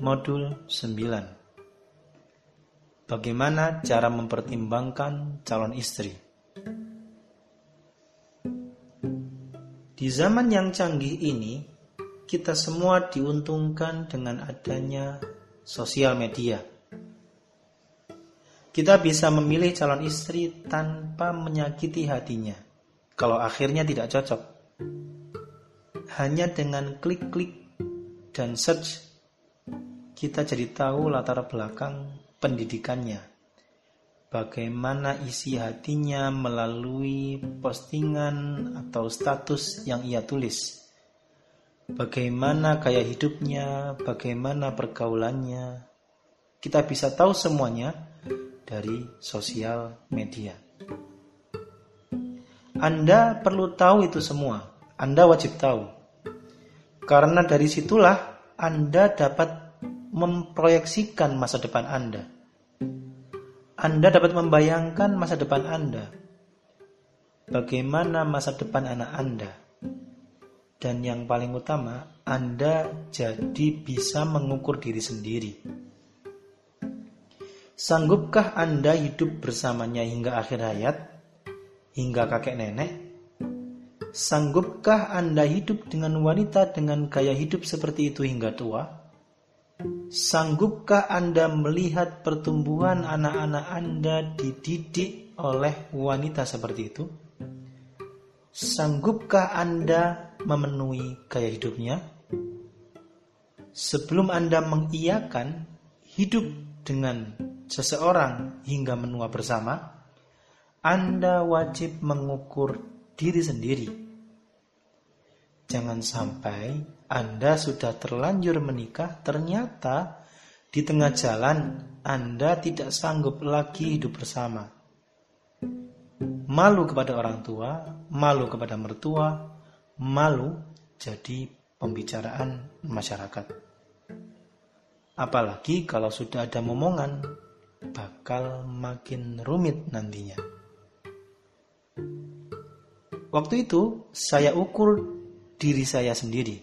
Modul 9. Bagaimana cara mempertimbangkan calon istri? Di zaman yang canggih ini, kita semua diuntungkan dengan adanya sosial media. Kita bisa memilih calon istri tanpa menyakiti hatinya, kalau akhirnya tidak cocok. Hanya dengan klik-klik dan search, kita jadi tahu latar belakang pendidikannya, bagaimana isi hatinya melalui postingan atau status yang ia tulis, bagaimana gaya hidupnya, bagaimana pergaulannya. Kita bisa tahu semuanya dari sosial media. Anda perlu tahu itu semua, Anda wajib tahu. Karena dari situlah Anda dapat memproyeksikan masa depan Anda. Anda dapat membayangkan masa depan Anda. Bagaimana masa depan anak Anda. Dan yang paling utama, Anda jadi bisa mengukur diri sendiri. Sanggupkah Anda hidup bersamanya hingga akhir hayat? Hingga kakek nenek? Sanggupkah Anda hidup dengan wanita dengan gaya hidup seperti itu hingga tua? Sanggupkah Anda melihat pertumbuhan anak-anak Anda dididik oleh wanita seperti itu? Sanggupkah Anda memenuhi gaya hidupnya? Sebelum Anda mengiyakan hidup dengan seseorang hingga menua bersama, Anda wajib mengukur diri sendiri. Jangan sampai Anda sudah terlanjur menikah, ternyata di tengah jalan Anda tidak sanggup lagi hidup bersama. Malu kepada orang tua, malu kepada mertua, malu jadi pembicaraan masyarakat. Apalagi kalau sudah ada momongan, bakal makin rumit nantinya. Waktu itu saya ukur diri saya sendiri.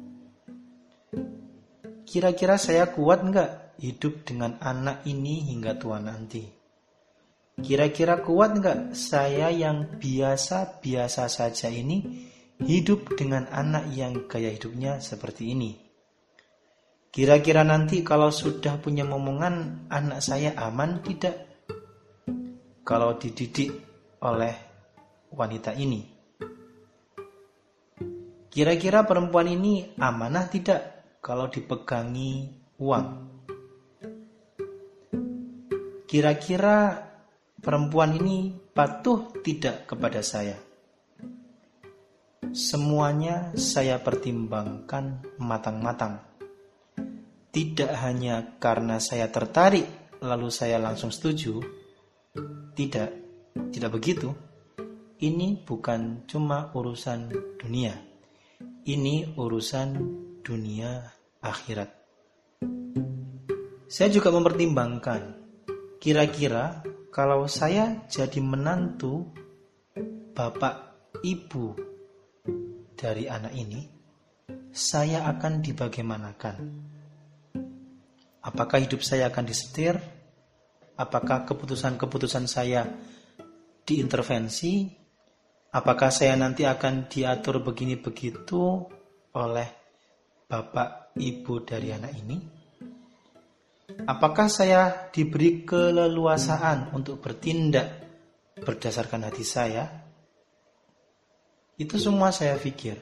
Kira-kira saya kuat enggak hidup dengan anak ini hingga tua nanti? Kira-kira kuat enggak saya yang biasa-biasa saja ini hidup dengan anak yang gaya hidupnya seperti ini? Kira-kira nanti kalau sudah punya momongan, anak saya aman tidak kalau dididik oleh wanita ini? Kira-kira perempuan ini amanah tidak kalau dipegangi uang? Kira-kira perempuan ini patuh tidak kepada saya? Semuanya saya pertimbangkan matang-matang. Tidak hanya karena saya tertarik lalu saya langsung setuju. Tidak begitu. Ini bukan cuma urusan dunia. Ini urusan dunia akhirat. Saya juga mempertimbangkan, kira-kira kalau saya jadi menantu bapak ibu dari anak ini, saya akan dibagaimanakan? Apakah hidup saya akan disetir? Apakah keputusan-keputusan saya diintervensi? Apakah saya nanti akan diatur begini begitu oleh bapak ibu dari anak ini? Apakah saya diberi keleluasaan untuk bertindak berdasarkan hati saya? Itu semua saya pikir.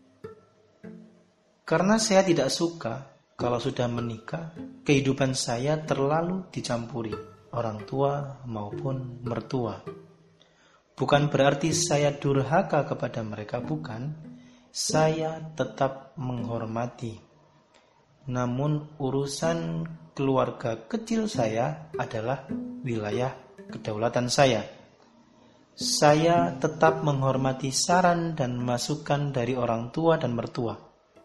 Karena saya tidak suka kalau sudah menikah, kehidupan saya terlalu dicampuri orang tua maupun mertua. Bukan berarti saya durhaka kepada mereka, bukan. Saya tetap menghormati. Namun urusan keluarga kecil saya adalah wilayah kedaulatan saya. Saya tetap menghormati saran dan masukan dari orang tua dan mertua.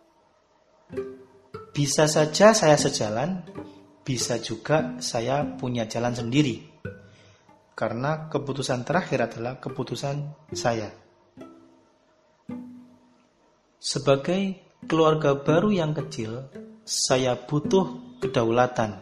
Bisa saja saya sejalan, bisa juga saya punya jalan sendiri. Karena keputusan terakhir adalah keputusan saya. Sebagai keluarga baru yang kecil, saya butuh kedaulatan.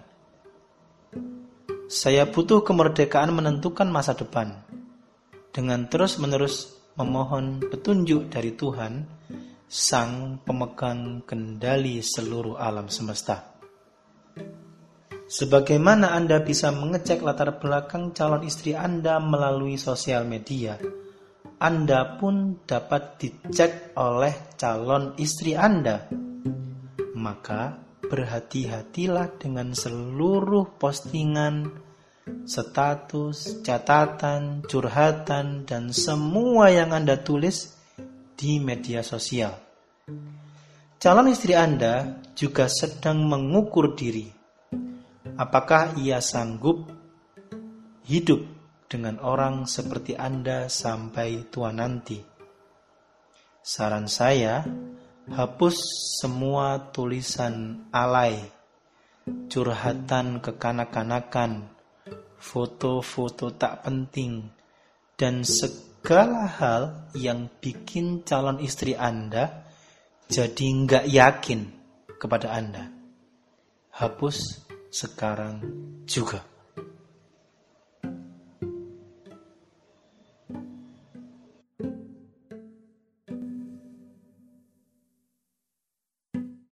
Saya butuh kemerdekaan menentukan masa depan. Dengan terus-menerus memohon petunjuk dari Tuhan, Sang pemegang kendali seluruh alam semesta. Sebagaimana Anda bisa mengecek latar belakang calon istri Anda melalui sosial media, Anda pun dapat dicek oleh calon istri Anda. Maka berhati-hatilah dengan seluruh postingan, status, catatan, curhatan, dan semua yang Anda tulis di media sosial. Calon istri Anda juga sedang mengukur diri. Apakah ia sanggup hidup dengan orang seperti Anda sampai tua nanti? Saran saya, hapus semua tulisan alay, curhatan kekanak-kanakan, foto-foto tak penting, dan segala hal yang bikin calon istri Anda jadi nggak yakin kepada Anda. Hapus sekarang juga.